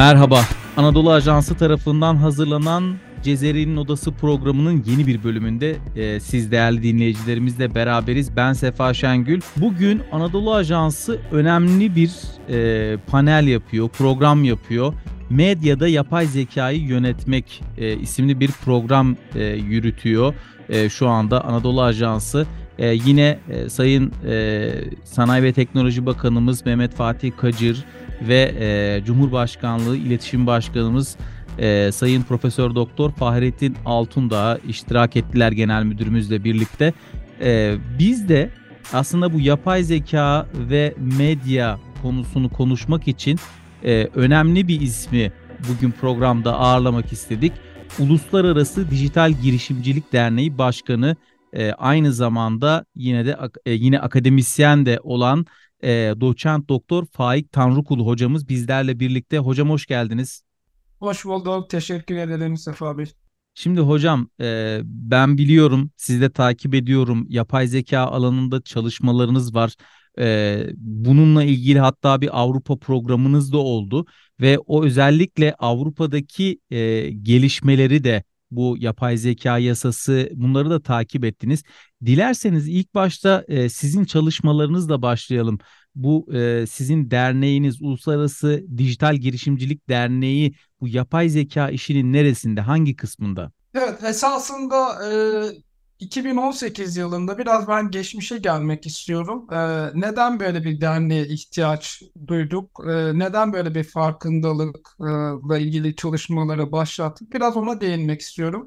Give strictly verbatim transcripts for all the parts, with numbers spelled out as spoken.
Merhaba, Anadolu Ajansı tarafından hazırlanan Cezeri'nin Odası programının yeni bir bölümünde e, siz değerli dinleyicilerimizle beraberiz. Ben Sefa Şengül. Bugün Anadolu Ajansı önemli bir e, panel yapıyor, program yapıyor. Medyada Yapay Zekayı Yönetmek e, isimli bir program e, yürütüyor e, şu anda Anadolu Ajansı. E, yine e, Sayın e, Sanayi ve Teknoloji Bakanımız Mehmet Fatih Kacır ve e, Cumhurbaşkanlığı İletişim Başkanımız e, Sayın Profesör Doktor Fahrettin Altundağ iştirak ettiler genel müdürümüzle birlikte. E, biz de aslında bu yapay zeka ve medya konusunu konuşmak için e, önemli bir ismi bugün programda ağırlamak istedik. Uluslararası Dijital Girişimcilik Derneği Başkanı, e, aynı zamanda yine de e, yine akademisyen de olan e, doçent doktor Faik Tanrıkulu hocamız bizlerle birlikte. Hocam hoş geldiniz. Hoş bulduk. Teşekkür ederim Sefa Bey. Şimdi hocam, e, ben biliyorum, sizi de takip ediyorum. Yapay zeka alanında çalışmalarınız var. E, bununla ilgili hatta bir Avrupa programınız da oldu ve o özellikle Avrupa'daki e, gelişmeleri de, bu yapay zeka yasası, bunları da takip ettiniz. Dilerseniz ilk başta e, sizin çalışmalarınızla başlayalım. Bu e, sizin derneğiniz Uluslararası Dijital Girişimcilik Derneği bu yapay zeka işinin neresinde, hangi kısmında? Evet, esasında e, iki bin on sekiz yılında biraz ben geçmişe gelmek istiyorum. E, neden böyle bir derneğe ihtiyaç duyduk? E, neden böyle bir farkındalıkla ilgili çalışmalara başlattık? Biraz ona değinmek istiyorum.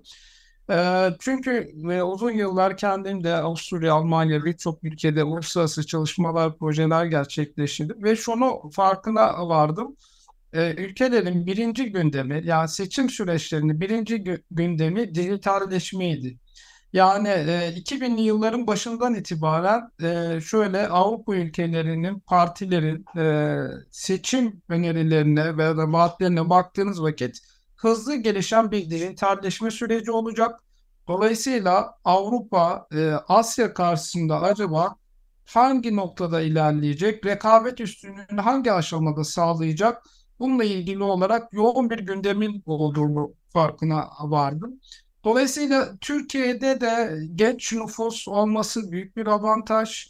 E, çünkü e, uzun yıllar kendim de Avusturya, Almanya birçok ülkede uluslararası çalışmalar, projeler gerçekleştirdim ve şunu farkına vardım. e, ülkelerin birinci gündemi, yani seçim süreçlerinin birinci gü- gündemi dijitalleşmeydi. Yani e, iki binli yılların başından itibaren e, şöyle Avrupa ülkelerinin partilerin e, seçim önerilerine ve de vaatlerine baktığınız vakit hızlı gelişen bir dijitalleşme süreci olacak. Dolayısıyla Avrupa e, Asya karşısında acaba hangi noktada ilerleyecek, rekabet üstünlüğünü hangi aşamada sağlayacak? Bununla ilgili olarak yoğun bir gündemin olduğunu farkına vardım. Dolayısıyla Türkiye'de de genç nüfus olması büyük bir avantaj.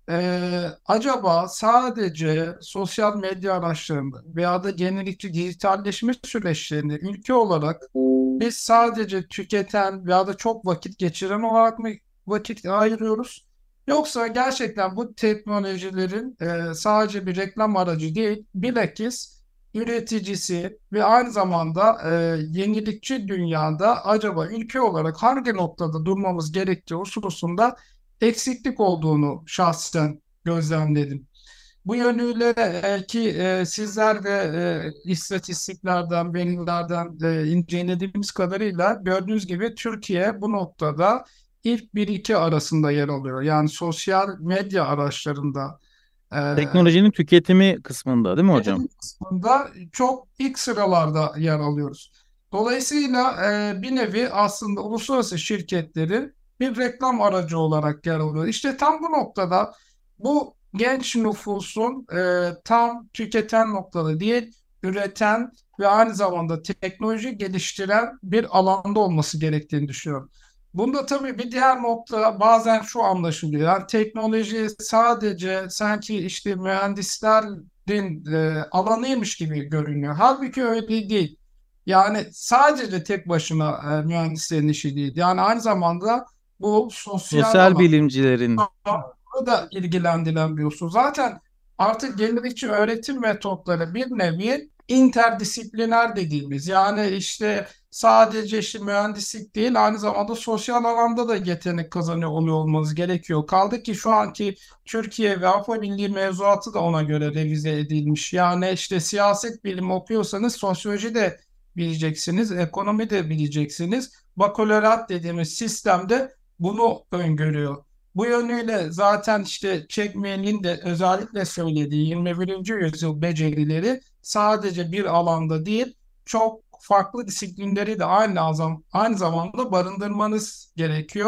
Ee, acaba sadece sosyal medya araçlarında veya da yenilikçi dijitalleşme süreçlerinde ülke olarak biz sadece tüketen veya da çok vakit geçiren olarak mı vakit ayırıyoruz? Yoksa gerçekten bu teknolojilerin e, sadece bir reklam aracı değil, bilakis üreticisi ve aynı zamanda e, yenilikçi dünyada acaba ülke olarak hangi noktada durmamız gerektiği hususunda eksiklik olduğunu şahsen gözlemledim. Bu yönüyle e, ki e, sizler de e, istatistiklerden, verilerden e, incelediğimiz kadarıyla gördüğünüz gibi Türkiye bu noktada ilk bir iki arasında yer alıyor. Yani sosyal medya araçlarında e, Teknolojinin tüketimi kısmında değil mi hocam? üretim kısmında çok ilk sıralarda yer alıyoruz. Dolayısıyla e, bir nevi aslında uluslararası şirketlerin bir reklam aracı olarak yer alıyor. İşte tam bu noktada bu genç nüfusun e, tam tüketen noktada değil, üreten ve aynı zamanda teknoloji geliştiren bir alanda olması gerektiğini düşünüyorum. Bunda tabii bir diğer nokta bazen şu anlaşılıyor. Yani teknoloji sadece sanki işte mühendislerin e, alanıymış gibi görünüyor. Halbuki öyle değil. Yani sadece tek başına e, mühendislerin işi değil. Yani aynı zamanda bu sosyal Sosyal alan bilimcilerin. da ilgilendiren bir husus. Zaten artık yenilikçi öğretim metotları bir nevi interdisipliner dediğimiz, yani işte sadece işte mühendislik değil, aynı zamanda sosyal alanda da yetenek kazanıyor oluyor olmanız gerekiyor. Kaldı ki şu anki Türkiye ve Avrupa Birliği mevzuatı da ona göre revize edilmiş. Yani işte siyaset bilimi okuyorsanız sosyoloji de bileceksiniz, ekonomi de bileceksiniz. Bakalorant dediğimiz sistemde bunu öngörüyor. Bu yönüyle zaten işte Çekmeyen'in de özellikle söylediği yirmi birinci yüzyıl becerileri sadece bir alanda değil, çok farklı disiplinleri de aynı, azam, aynı zamanda barındırmanız gerekiyor.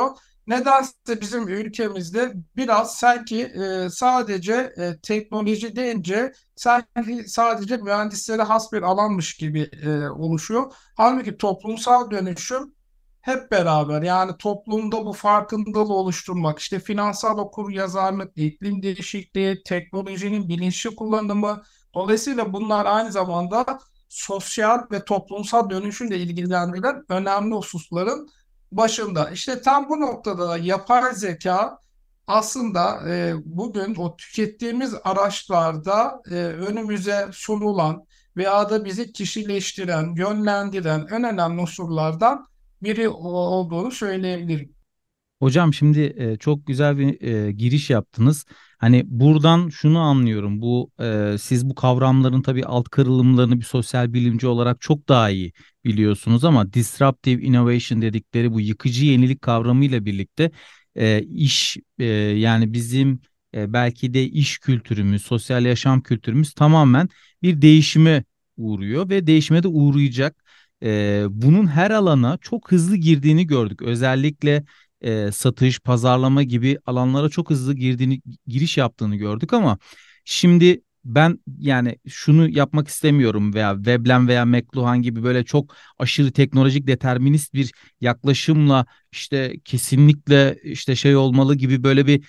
Nedense bizim ülkemizde biraz sanki e, sadece e, teknoloji deyince sanki sadece mühendislere has bir alanmış gibi e, oluşuyor. Halbuki toplumsal dönüşüm hep beraber, yani toplumda bu farkındalığı oluşturmak, işte finansal okuryazarlık, iklim değişikliği, teknolojinin bilinçli kullanımı, dolayısıyla bunlar aynı zamanda sosyal ve toplumsal dönüşümle ilgilendirilen önemli hususların başında. İşte tam bu noktada da yapay zeka aslında e, bugün o tükettiğimiz araçlarda e, önümüze sunulan veya da bizi kişileştiren, yönlendiren en önemli unsurlardan biri o- olduğunu söyleyebilirim. Hocam şimdi e, çok güzel bir e, giriş yaptınız. Hani buradan şunu anlıyorum. Bu e, siz bu kavramların tabii alt kırılımlarını bir sosyal bilimci olarak çok daha iyi biliyorsunuz ama disruptive innovation dedikleri bu yıkıcı yenilik kavramıyla birlikte e, iş e, yani bizim e, belki de iş kültürümüz, sosyal yaşam kültürümüz tamamen bir değişime uğruyor ve değişime de uğrayacak. E, bunun her alana çok hızlı girdiğini gördük. Özellikle e, satış, pazarlama gibi alanlara çok hızlı girdiğini, giriş yaptığını gördük ama şimdi ben yani şunu yapmak istemiyorum veya Veblen veya McLuhan gibi böyle çok aşırı teknolojik determinist bir yaklaşımla işte kesinlikle işte şey olmalı gibi böyle bir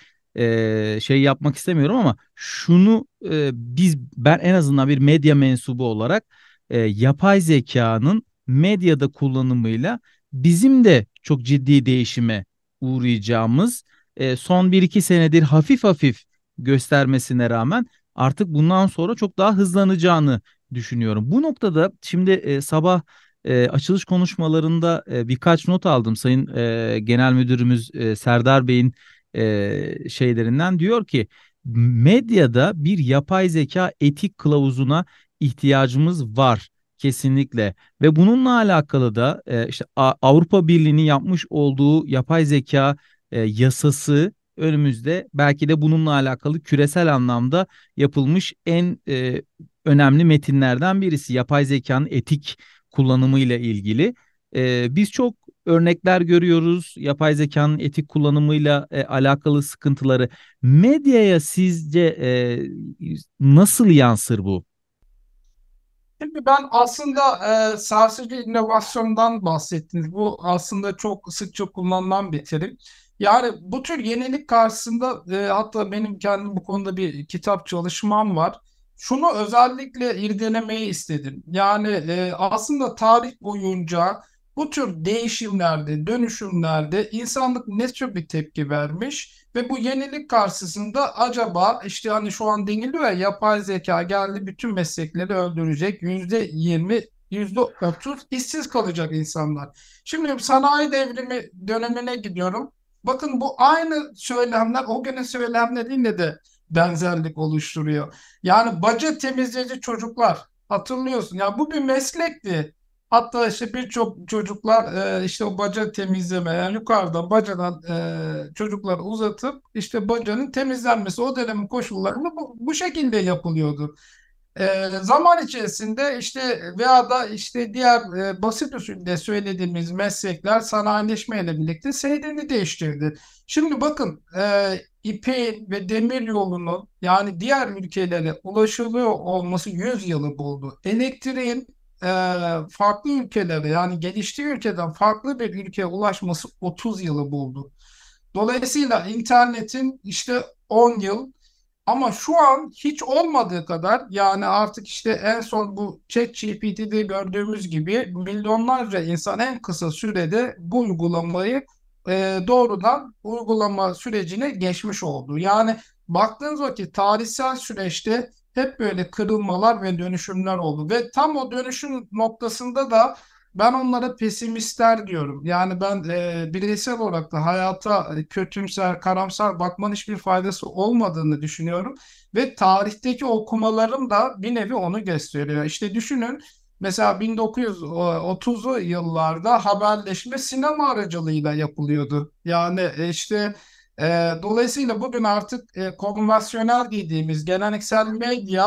e, şey yapmak istemiyorum ama şunu e, biz ben en azından bir medya mensubu olarak e, yapay zekanın medyada kullanımıyla bizim de çok ciddi değişime uğrayacağımız e, son bir iki senedir hafif hafif göstermesine rağmen artık bundan sonra çok daha hızlanacağını düşünüyorum. Bu noktada şimdi e, sabah e, açılış konuşmalarında e, birkaç not aldım. Sayın e, Genel Müdürümüz e, Serdar Bey'in e, şeylerinden diyor ki medyada bir yapay zeka etik kılavuzuna ihtiyacımız var kesinlikle. Ve bununla alakalı da e, işte A- Avrupa Birliği'nin yapmış olduğu yapay zeka e, yasası önümüzde belki de bununla alakalı küresel anlamda yapılmış en e, önemli metinlerden birisi. Yapay zekanın etik kullanımı ile ilgili. E, biz çok örnekler görüyoruz yapay zekanın etik kullanımıyla e, alakalı sıkıntıları. Medyaya sizce e, nasıl yansır bu? Şimdi ben aslında e, sarsıcı inovasyondan bahsettiniz. Bu aslında çok sıkça kullanılan bir terim. Yani bu tür yenilik karşısında e, hatta benim kendim bu konuda bir kitap çalışmam var. Şunu özellikle irdelemeyi istedim. Yani e, aslında tarih boyunca bu tür değişimlerde, dönüşümlerde insanlık ne tür bir tepki vermiş ve bu yenilik karşısında acaba işte hani şu an deniliyor ya, yapay zeka geldi bütün meslekleri öldürecek. Yüzde yirmi, yüzde otuz işsiz kalacak insanlar. Şimdi sanayi devrimi dönemine gidiyorum. Bakın bu aynı söylemler o günün söylemleriyle de benzerlik oluşturuyor. Yani baca temizleyici çocuklar, hatırlıyorsun ya, bu bir meslekti. Hatta işte birçok çocuklar e, işte o baca temizleme, yani yukarıdan bacadan e, çocukları uzatıp işte bacanın temizlenmesi o dönemin koşullarında bu, bu şekilde yapılıyordu. E, zaman içerisinde işte veya da işte diğer e, basit usulde söylediğimiz meslekler sanayileşmeyle birlikte seyrini değiştirdi. Şimdi bakın e, İpek'in ve demir yolunun yani diğer ülkelere ulaşılıyor olması yüz yılı buldu. Elektriğin e, farklı ülkelere, yani geliştiği ülkeden farklı bir ülkeye ulaşması otuz yılı buldu. Dolayısıyla internetin işte on yıl, ama şu an hiç olmadığı kadar, yani artık işte en son bu ChatGPT'de gördüğümüz gibi milyonlarca insan en kısa sürede bu uygulamayı e, doğrudan uygulama sürecine geçmiş oldu. Yani baktığınız vakit tarihsel süreçte hep böyle kırılmalar ve dönüşümler oldu ve tam o dönüşüm noktasında da ben onlara pesimistler diyorum. Yani ben e, bireysel olarak da hayata e, kötümser, karamsar bakmanın hiçbir faydası olmadığını düşünüyorum. Ve tarihteki okumalarım da bir nevi onu gösteriyor. İşte düşünün, mesela bin dokuz yüz otuzlu yıllarda haberleşme sinema aracılığıyla yapılıyordu. Yani e, işte e, dolayısıyla bugün artık e, konvansiyonel dediğimiz geleneksel medya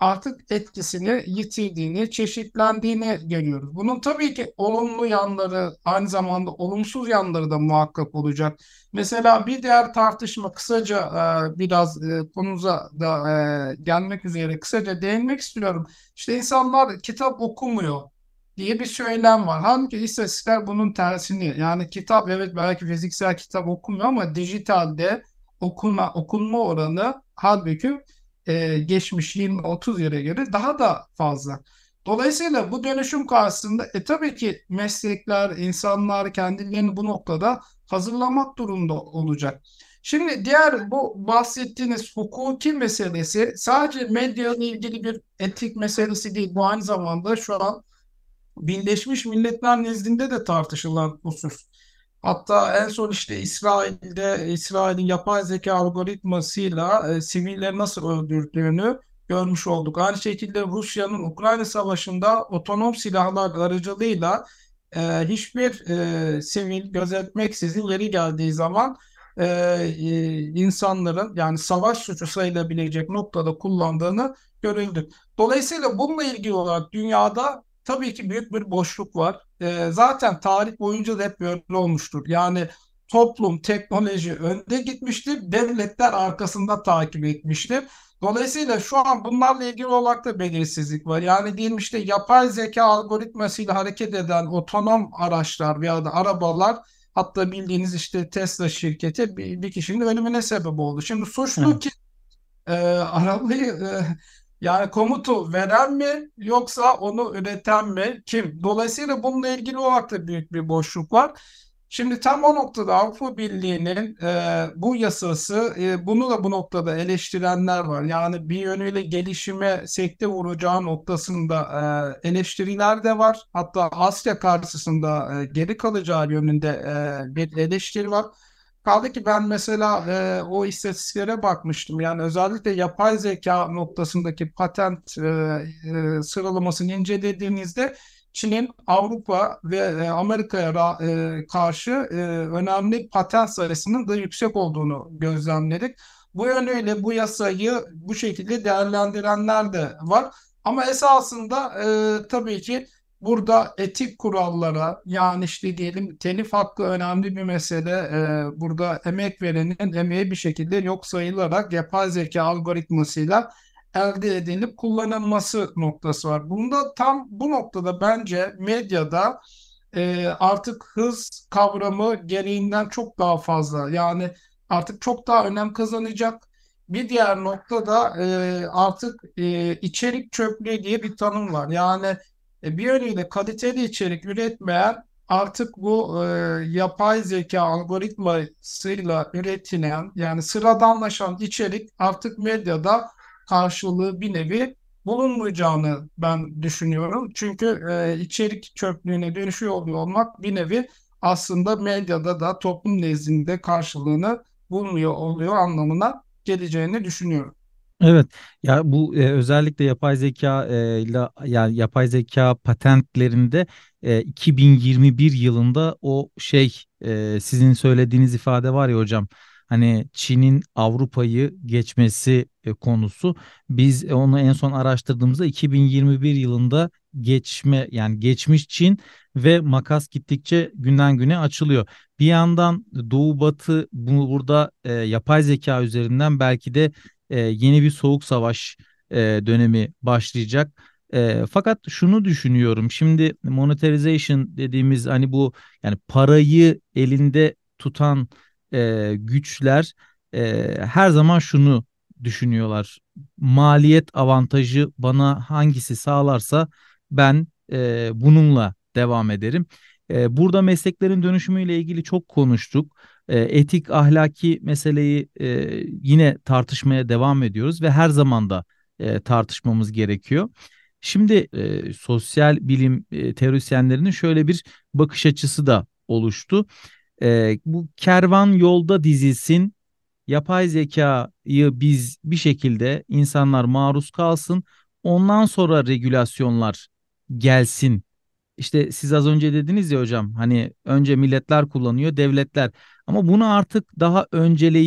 artık etkisini yitirdiğini, çeşitlendiğini görüyoruz. Bunun tabii ki olumlu yanları, aynı zamanda olumsuz yanları da muhakkak olacak. Mesela bir diğer tartışma, kısaca e, biraz e, konumuza da e, gelmek üzere kısaca değinmek istiyorum. İşte insanlar kitap okumuyor diye bir söylem var. Halbuki istatistikler bunun tersini. Yani kitap, evet, belki fiziksel kitap okumuyor ama dijitalde okuma okunma oranı halbuki e, geçmiş yirmi otuz yıla göre daha da fazla. Dolayısıyla bu dönüşüm karşısında e, tabii ki meslekler, insanlar kendilerini bu noktada hazırlamak durumunda olacak. Şimdi diğer bu bahsettiğiniz hukuki meselesi sadece medya ile ilgili bir etik meselesi değil. Bu aynı zamanda şu an Birleşmiş Milletler nezdinde de tartışılan husus. Hatta en son işte İsrail'de İsrail'in yapay zeka algoritmasıyla e, sivilleri nasıl öldürdüğünü görmüş olduk. Aynı şekilde Rusya'nın Ukrayna Savaşı'nda otonom silahlar aracılığıyla e, hiçbir e, sivil gözetmeksizin yeri geldiği zaman e, e, insanların, yani savaş suçu sayılabilecek noktada kullandığını görüldü. Dolayısıyla bununla ilgili olarak dünyada tabii ki büyük bir boşluk var. Ee, zaten tarih boyunca da hep böyle olmuştur. Yani toplum, teknoloji önde gitmiştir, devletler arkasında takip etmiştir. Dolayısıyla şu an bunlarla ilgili olarak da belirsizlik var. Yani diyelim işte yapay zeka algoritmasıyla hareket eden otonom araçlar veya da arabalar, hatta bildiğiniz işte Tesla şirketi bir, bir kişinin ölümüne sebep oldu. Şimdi suçlu Evet. kim? e, arabayı e, yani komutu veren mi yoksa onu üreten mi? Kim? Dolayısıyla bununla ilgili olarak da büyük bir boşluk var. Şimdi tam o noktada Avrupa Birliği'nin e, bu yasası, e, bunu da bu noktada eleştirenler var. Yani bir yönüyle gelişime sekte vuracağı noktasında e, eleştiriler de var. Hatta Asya karşısında e, geri kalacağı yönünde e, bir eleştiri var. Kaldı ki ben mesela e, o istatistiklere bakmıştım. Yani özellikle yapay zeka noktasındaki patent e, e, sıralamasını incelediğinizde Çin'in Avrupa ve e, Amerika'ya ra- e, karşı e, önemli patent sayısının da yüksek olduğunu gözlemledik. Bu yönüyle bu yasayı bu şekilde değerlendirenler de var. Ama esasında e, tabii ki burada etik kurallara, yani işte diyelim telif hakkı önemli bir mesele. Ee, burada emek verenin emeği bir şekilde yok sayılarak yapay zeka algoritmasıyla elde edilip kullanılması noktası var. Bunda tam bu noktada bence medyada e, artık hız kavramı gereğinden çok daha fazla. Yani artık çok daha önem kazanacak. Bir diğer noktada e, artık e, içerik çöplüğü diye bir tanım var. Yani e, bir yönüyle kaliteli içerik üretmeyen artık bu e, yapay zeka algoritmasıyla üretilen, yani sıradanlaşan içerik artık medyada karşılığı bir nevi bulunmayacağını ben düşünüyorum. Çünkü e, içerik çöplüğüne dönüşüyor oluyor olmak bir nevi aslında medyada da toplum nezdinde karşılığını bulmuyor oluyor anlamına geleceğini düşünüyorum. Evet, ya bu e, özellikle yapay zeka e, ile yani yapay zeka patentlerinde e, iki bin yirmi bir yılında o şey e, sizin söylediğiniz ifade var ya hocam, hani Çin'in Avrupa'yı geçmesi e, konusu, biz onu en son araştırdığımızda iki bin yirmi bir yılında geçme, yani geçmiş Çin ve makas gittikçe günden güne açılıyor. Bir yandan Doğu Batı bu burada e, yapay zeka üzerinden belki de e, yeni bir soğuk savaş e, dönemi başlayacak. E, fakat şunu düşünüyorum. Şimdi monetization dediğimiz, hani bu, yani parayı elinde tutan e, güçler e, her zaman şunu düşünüyorlar. Maliyet avantajı bana hangisi sağlarsa ben e, bununla devam ederim. E, burada mesleklerin dönüşümüyle ilgili çok konuştuk. E, etik, ahlaki meseleyi e, yine tartışmaya devam ediyoruz ve her zaman da e, tartışmamız gerekiyor. Şimdi e, sosyal bilim e, teorisyenlerinin şöyle bir bakış açısı da oluştu. E, bu kervan yolda dizilsin, yapay zekayı biz bir şekilde insanlar maruz kalsın, ondan sonra regülasyonlar gelsin. İşte siz az önce dediniz ya hocam, hani önce milletler kullanıyor, devletler. Ama bunu artık daha önceleyip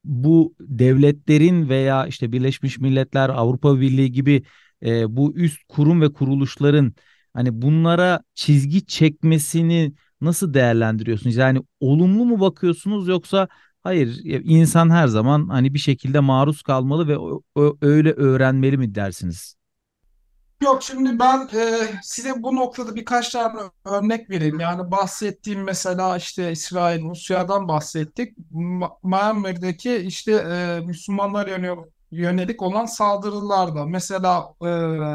bu devletlerin veya işte Birleşmiş Milletler, Avrupa Birliği gibi e, bu üst kurum ve kuruluşların hani bunlara çizgi çekmesini nasıl değerlendiriyorsunuz? Yani olumlu mu bakıyorsunuz yoksa hayır ya insan her zaman hani bir şekilde maruz kalmalı ve o- o- öyle öğrenmeli mi dersiniz? Yok, şimdi ben e, size bu noktada birkaç tane örnek vereyim. Yani bahsettiğim mesela işte İsrail, Rusya'dan bahsettik. Ma- Myanmar'daki işte e, Müslümanlar yönel- yönelik olan saldırılarda. Mesela e,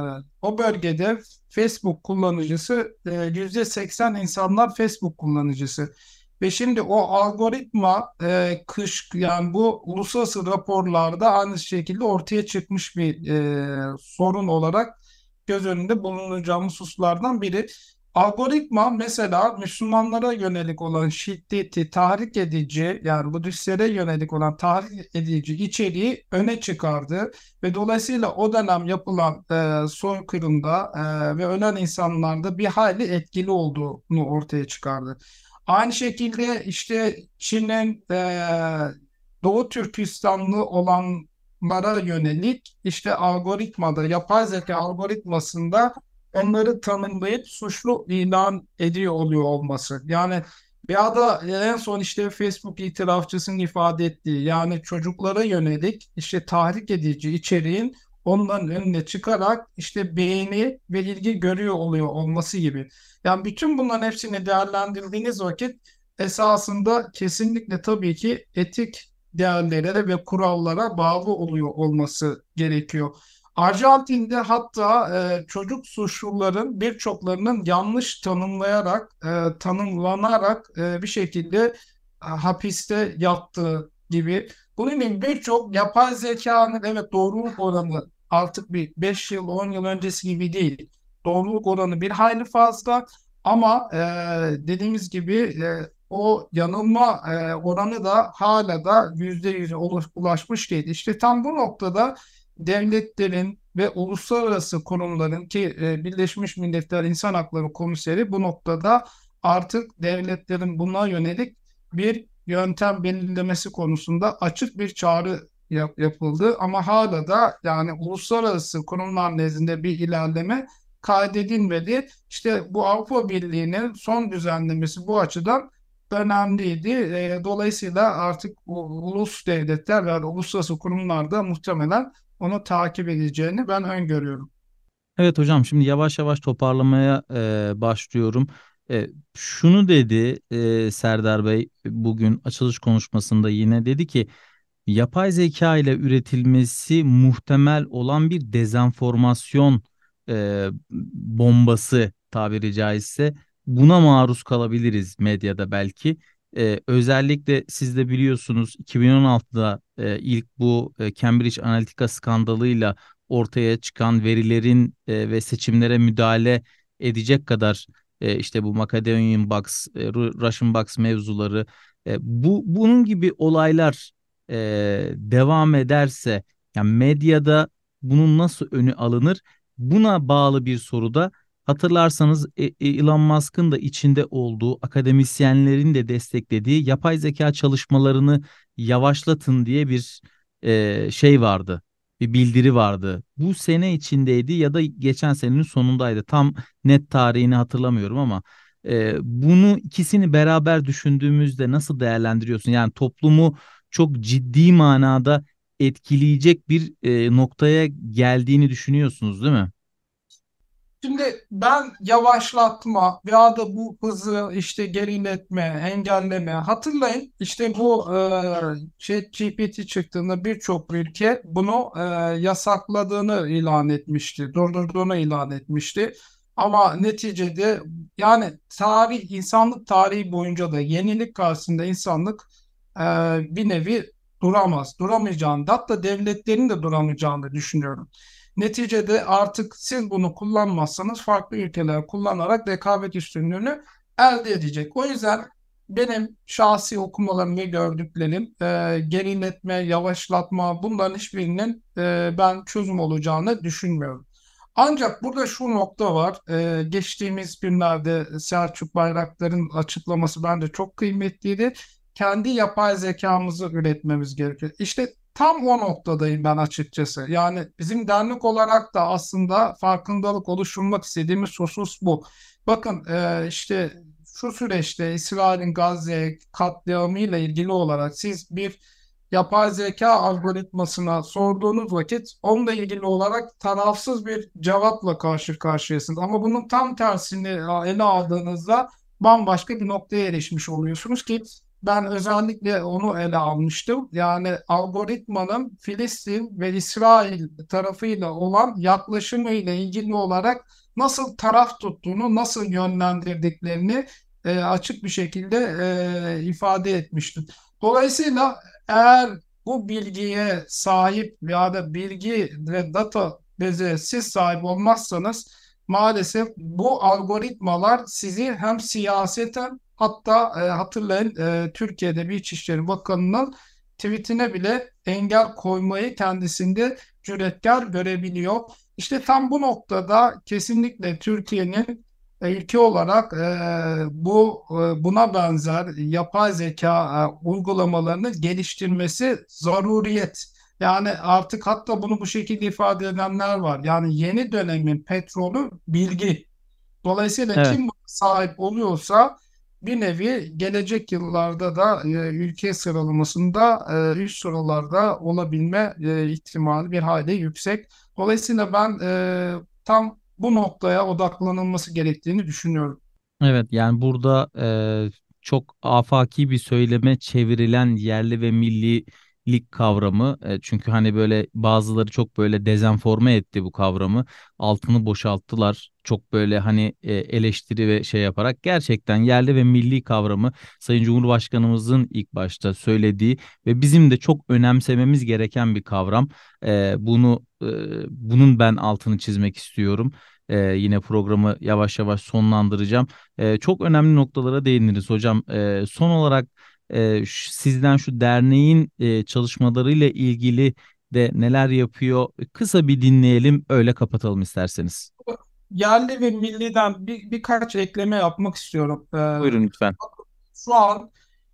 o bölgede Facebook kullanıcısı e, yüzde seksen insanlar Facebook kullanıcısı. Ve şimdi o algoritma e, kış yani bu uluslararası raporlarda aynı şekilde ortaya çıkmış bir e, sorun olarak göz önünde bulunacağımız hususlardan biri. Algoritma mesela Müslümanlara yönelik olan şiddeti tahrik edici yani Budistlere yönelik olan tahrik edici içeriği öne çıkardı ve dolayısıyla o dönem yapılan e, soykırımda e, ve ölen insanlarda bir hayli etkili olduğunu ortaya çıkardı. Aynı şekilde işte Çin'in e, Doğu Türkistanlı olan Mara yönelik işte algoritmada, yapay zeka algoritmasında onları tanımlayıp suçlu ilan ediyor oluyor olması. Yani ya da en son işte Facebook itirafçısının ifade ettiği yani çocuklara yönelik işte tahrik edici içeriğin onların önüne çıkarak işte beğeni ve ilgi görüyor oluyor olması gibi. Yani bütün bunların hepsini değerlendirdiğiniz vakit esasında kesinlikle tabii ki etik değerlere ve kurallara bağlı oluyor olması gerekiyor. Arjantin'de hatta e, çocuk suçluların birçoklarının yanlış tanımlayarak, e, tanımlanarak e, bir şekilde e, hapiste yattığı gibi. Bunun gibi birçok yapay zekanın evet doğruluk oranı artık bir beş yıl on yıl öncesi gibi değil. Doğruluk oranı bir hayli fazla ama e, dediğimiz gibi e, o yanılma e, oranı da hala da yüzde yüze ulaşmış değil. İşte tam bu noktada devletlerin ve uluslararası kurumların ki e, Birleşmiş Milletler İnsan Hakları Komiseri bu noktada artık devletlerin buna yönelik bir yöntem belirlemesi konusunda açık bir çağrı yap- yapıldı. Ama hala da yani uluslararası kurumlar nezdinde bir ilerleme kaydedilmedi. İşte bu Avrupa Birliği'nin son düzenlemesi bu açıdan önemliydi. E, dolayısıyla artık u- ulus devletler ve uluslararası kurumlar da muhtemelen onu takip edeceğini ben öngörüyorum. Evet hocam, şimdi yavaş yavaş toparlamaya e, başlıyorum. E, şunu dedi e, Serdar Bey bugün açılış konuşmasında, yine dedi ki yapay zeka ile üretilmesi muhtemel olan bir dezenformasyon e, bombası, tabiri caizse buna maruz kalabiliriz medyada belki. E, özellikle siz de biliyorsunuz iki bin on altıda e, ilk bu e, Cambridge Analytica skandalıyla ortaya çıkan verilerin e, ve seçimlere müdahale edecek kadar e, işte bu Macedonian Box, e, Ru- Russian Box mevzuları, e, bu bunun gibi olaylar e, devam ederse, yani medyada bunun nasıl önü alınır? Buna bağlı bir soruda, hatırlarsanız e- e- Elon Musk'ın da içinde olduğu, akademisyenlerin de desteklediği yapay zeka çalışmalarını yavaşlatın diye bir e, şey vardı. Bir bildiri vardı. Bu sene içindeydi ya da geçen senenin sonundaydı. Tam net tarihini hatırlamıyorum ama e, bunu ikisini beraber düşündüğümüzde nasıl değerlendiriyorsun? Yani toplumu çok ciddi manada etkileyecek bir e, noktaya geldiğini düşünüyorsunuz, değil mi? Şimdi ben yavaşlatma veya da bu hızı işte geriletme, engelleme. Hatırlayın işte bu e, ChatGPT çıktığında birçok ülke bunu e, yasakladığını ilan etmişti, durdurduğunu ilan etmişti. Ama neticede yani tarih, insanlık tarihi boyunca da yenilik karşısında insanlık e, bir nevi duramaz. Duramayacağını, hatta devletlerin de duramayacağını düşünüyorum. Neticede artık siz bunu kullanmazsanız farklı ülkeler kullanarak rekabet üstünlüğünü elde edecek. O yüzden benim şahsi okumalarım ve gördüklerim e, geriletme, yavaşlatma bunların hiçbirinin e, ben çözüm olacağını düşünmüyorum. Ancak burada şu nokta var. E, geçtiğimiz günlerde Selçuk Bayraktar'ın açıklaması bence çok kıymetliydi. kendi yapay zekamızı üretmemiz gerekiyor. İşte tam o noktadayım ben açıkçası. Yani bizim dernek olarak da aslında farkındalık oluşturmak istediğimiz husus bu. Bakın e, işte şu süreçte İsrail'in Gazze katliamıyla ilgili olarak siz bir yapay zeka algoritmasına sorduğunuz vakit onunla ilgili olarak tarafsız bir cevapla karşı karşıyasınız. Ama bunun tam tersini ele aldığınızda bambaşka bir noktaya erişmiş oluyorsunuz ki ben özellikle onu ele almıştım. Yani algoritmanın Filistin ve İsrail tarafıyla olan yaklaşımı ile ilgili olarak nasıl taraf tuttuğunu, nasıl yönlendirdiklerini e, açık bir şekilde e, ifade etmiştim. Dolayısıyla eğer bu bilgiye sahip ya da bilgi ve data beze siz sahip olmazsanız maalesef bu algoritmalar sizi hem siyaseten hatta e, hatırlayın e, Türkiye'de bir İçişleri Bakanı'nın tweetine bile engel koymayı kendisinde cüretkar görebiliyor. İşte tam bu noktada kesinlikle Türkiye'nin e, ülke olarak e, bu e, buna benzer yapay zeka e, uygulamalarını geliştirmesi zaruriyet. Yani artık hatta bunu bu şekilde ifade edenler var. Yani yeni dönemin petrolü bilgi. Dolayısıyla Evet. kim buna sahip oluyorsa bir nevi gelecek yıllarda da e, ülke sıralamasında e, üst sıralarda olabilme e, ihtimali bir hayli yüksek. Dolayısıyla ben e, tam bu noktaya odaklanılması gerektiğini düşünüyorum. Evet, yani burada e, çok afaki bir söyleme çevrilen yerli ve millilik kavramı, e, çünkü hani böyle bazıları çok böyle dezenforme etti bu kavramı, altını boşalttılar çok böyle hani e, eleştiri ve şey yaparak. Gerçekten yerli ve milli kavramı Sayın Cumhurbaşkanımızın ilk başta söylediği ve bizim de çok önemsememiz gereken bir kavram. E, bunu e, bunun ben altını çizmek istiyorum. E, yine programı yavaş yavaş sonlandıracağım. Ee, çok önemli noktalara değindiniz hocam. Ee, son olarak e, ş- sizden şu derneğin e, çalışmalarıyla ilgili de neler yapıyor? Kısa bir dinleyelim, öyle kapatalım isterseniz. Yerli ve milliden bir, birkaç ekleme yapmak istiyorum. Buyurun lütfen. Şu an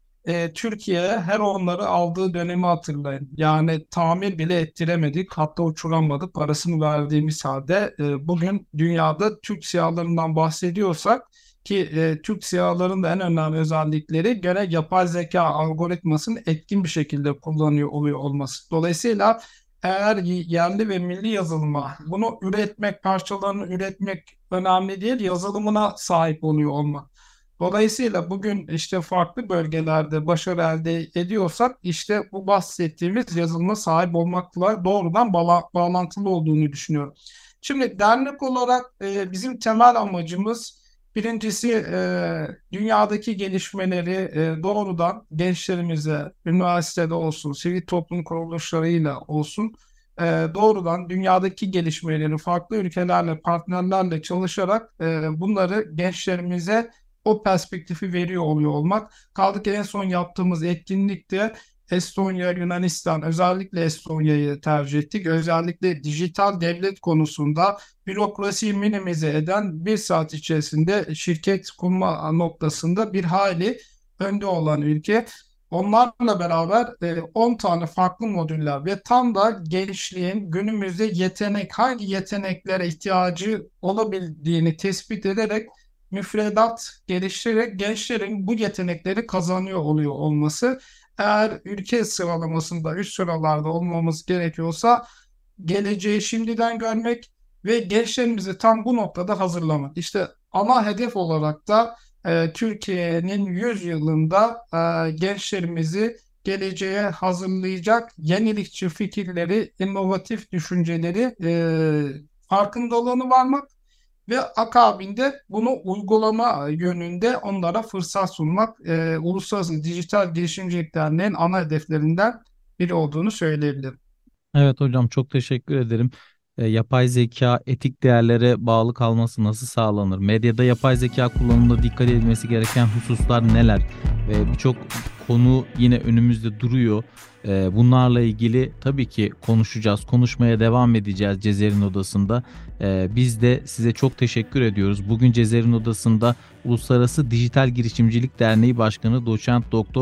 e, Türkiye her onları aldığı dönemi hatırlayın. Yani tamir bile ettiremedik, hatta uçuramadık parasını verdiğimiz halde. E, bugün dünyada Türk SİHA'larından bahsediyorsak ki e, Türk SİHA'ların da en önemli özellikleri gene yapay zeka algoritmasını etkin bir şekilde kullanıyor oluyor olması. Dolayısıyla eğer y- yerli ve milli yazılıma bunu üretmek, parçalarını üretmek önemli değil, yazılımına sahip oluyor olmak. Dolayısıyla bugün işte farklı bölgelerde başarı elde ediyorsak işte bu bahsettiğimiz yazılıma sahip olmakla doğrudan bağla- bağlantılı olduğunu düşünüyorum. Şimdi dernek olarak e, bizim temel amacımız birincisi e, dünyadaki gelişmeleri e, doğrudan gençlerimize, üniversitede olsun, sivil toplum kuruluşlarıyla olsun e, doğrudan dünyadaki gelişmeleri farklı ülkelerle, partnerlerle çalışarak e, bunları gençlerimize o perspektifi veriyor oluyor olmak. Kaldı ki en son yaptığımız etkinlikte Estonya, Yunanistan, özellikle Estonya'yı tercih ettik. Özellikle dijital devlet konusunda bürokrasiyi minimize eden bir saat içerisinde şirket kurma noktasında bir hayli önde olan ülke. Onlarla beraber e, on tane farklı modüller ve tam da gençliğin günümüzde yetenek, hangi yeteneklere ihtiyacı olabildiğini tespit ederek müfredat geliştirerek gençlerin bu yetenekleri kazanıyor oluyor olması. Eğer ülke sıralamasında üst sıralarda olmamız gerekiyorsa geleceği şimdiden görmek ve gençlerimizi tam bu noktada hazırlamak. İşte ana hedef olarak da e, Türkiye'nin yüz yılında e, gençlerimizi geleceğe hazırlayacak yenilikçi fikirleri, inovatif düşünceleri e, farkındalığını varmak ve akabinde bunu uygulama yönünde onlara fırsat sunmak e, Uluslararası Dijital Girişimcilik Derneği'nin ana hedeflerinden biri olduğunu söyleyebilirim. Evet hocam, çok teşekkür ederim. E, yapay zeka etik değerlere bağlı kalması nasıl sağlanır? Medyada yapay zeka kullanımında dikkat edilmesi gereken hususlar neler? E, birçok konu yine önümüzde duruyor. E, bunlarla ilgili tabii ki konuşacağız, konuşmaya devam edeceğiz Cezer'in Odası'nda. E, biz de size çok teşekkür ediyoruz. Bugün Cezer'in Odası'nda Uluslararası Dijital Girişimcilik Derneği Başkanı Doçent Doktor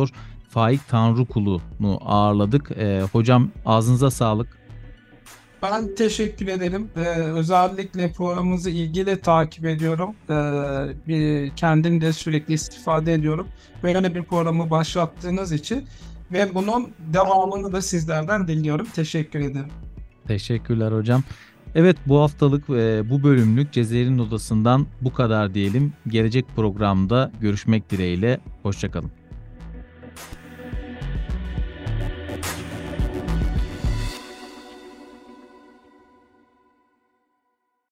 Faik Tanrıkulu'nu ağırladık. E, hocam ağzınıza sağlık. Ben teşekkür ederim. Ee, özellikle programımızı ilgili takip ediyorum. Ee, bir, kendim de sürekli istifade ediyorum. Böyle bir programı başlattığınız için ve bunun devamını da sizlerden diliyorum. Teşekkür ederim. Teşekkürler hocam. Evet, bu haftalık e, bu bölümlük Cezayir'in Odası'ndan bu kadar diyelim. Gelecek programda görüşmek dileğiyle. Hoşça kalın.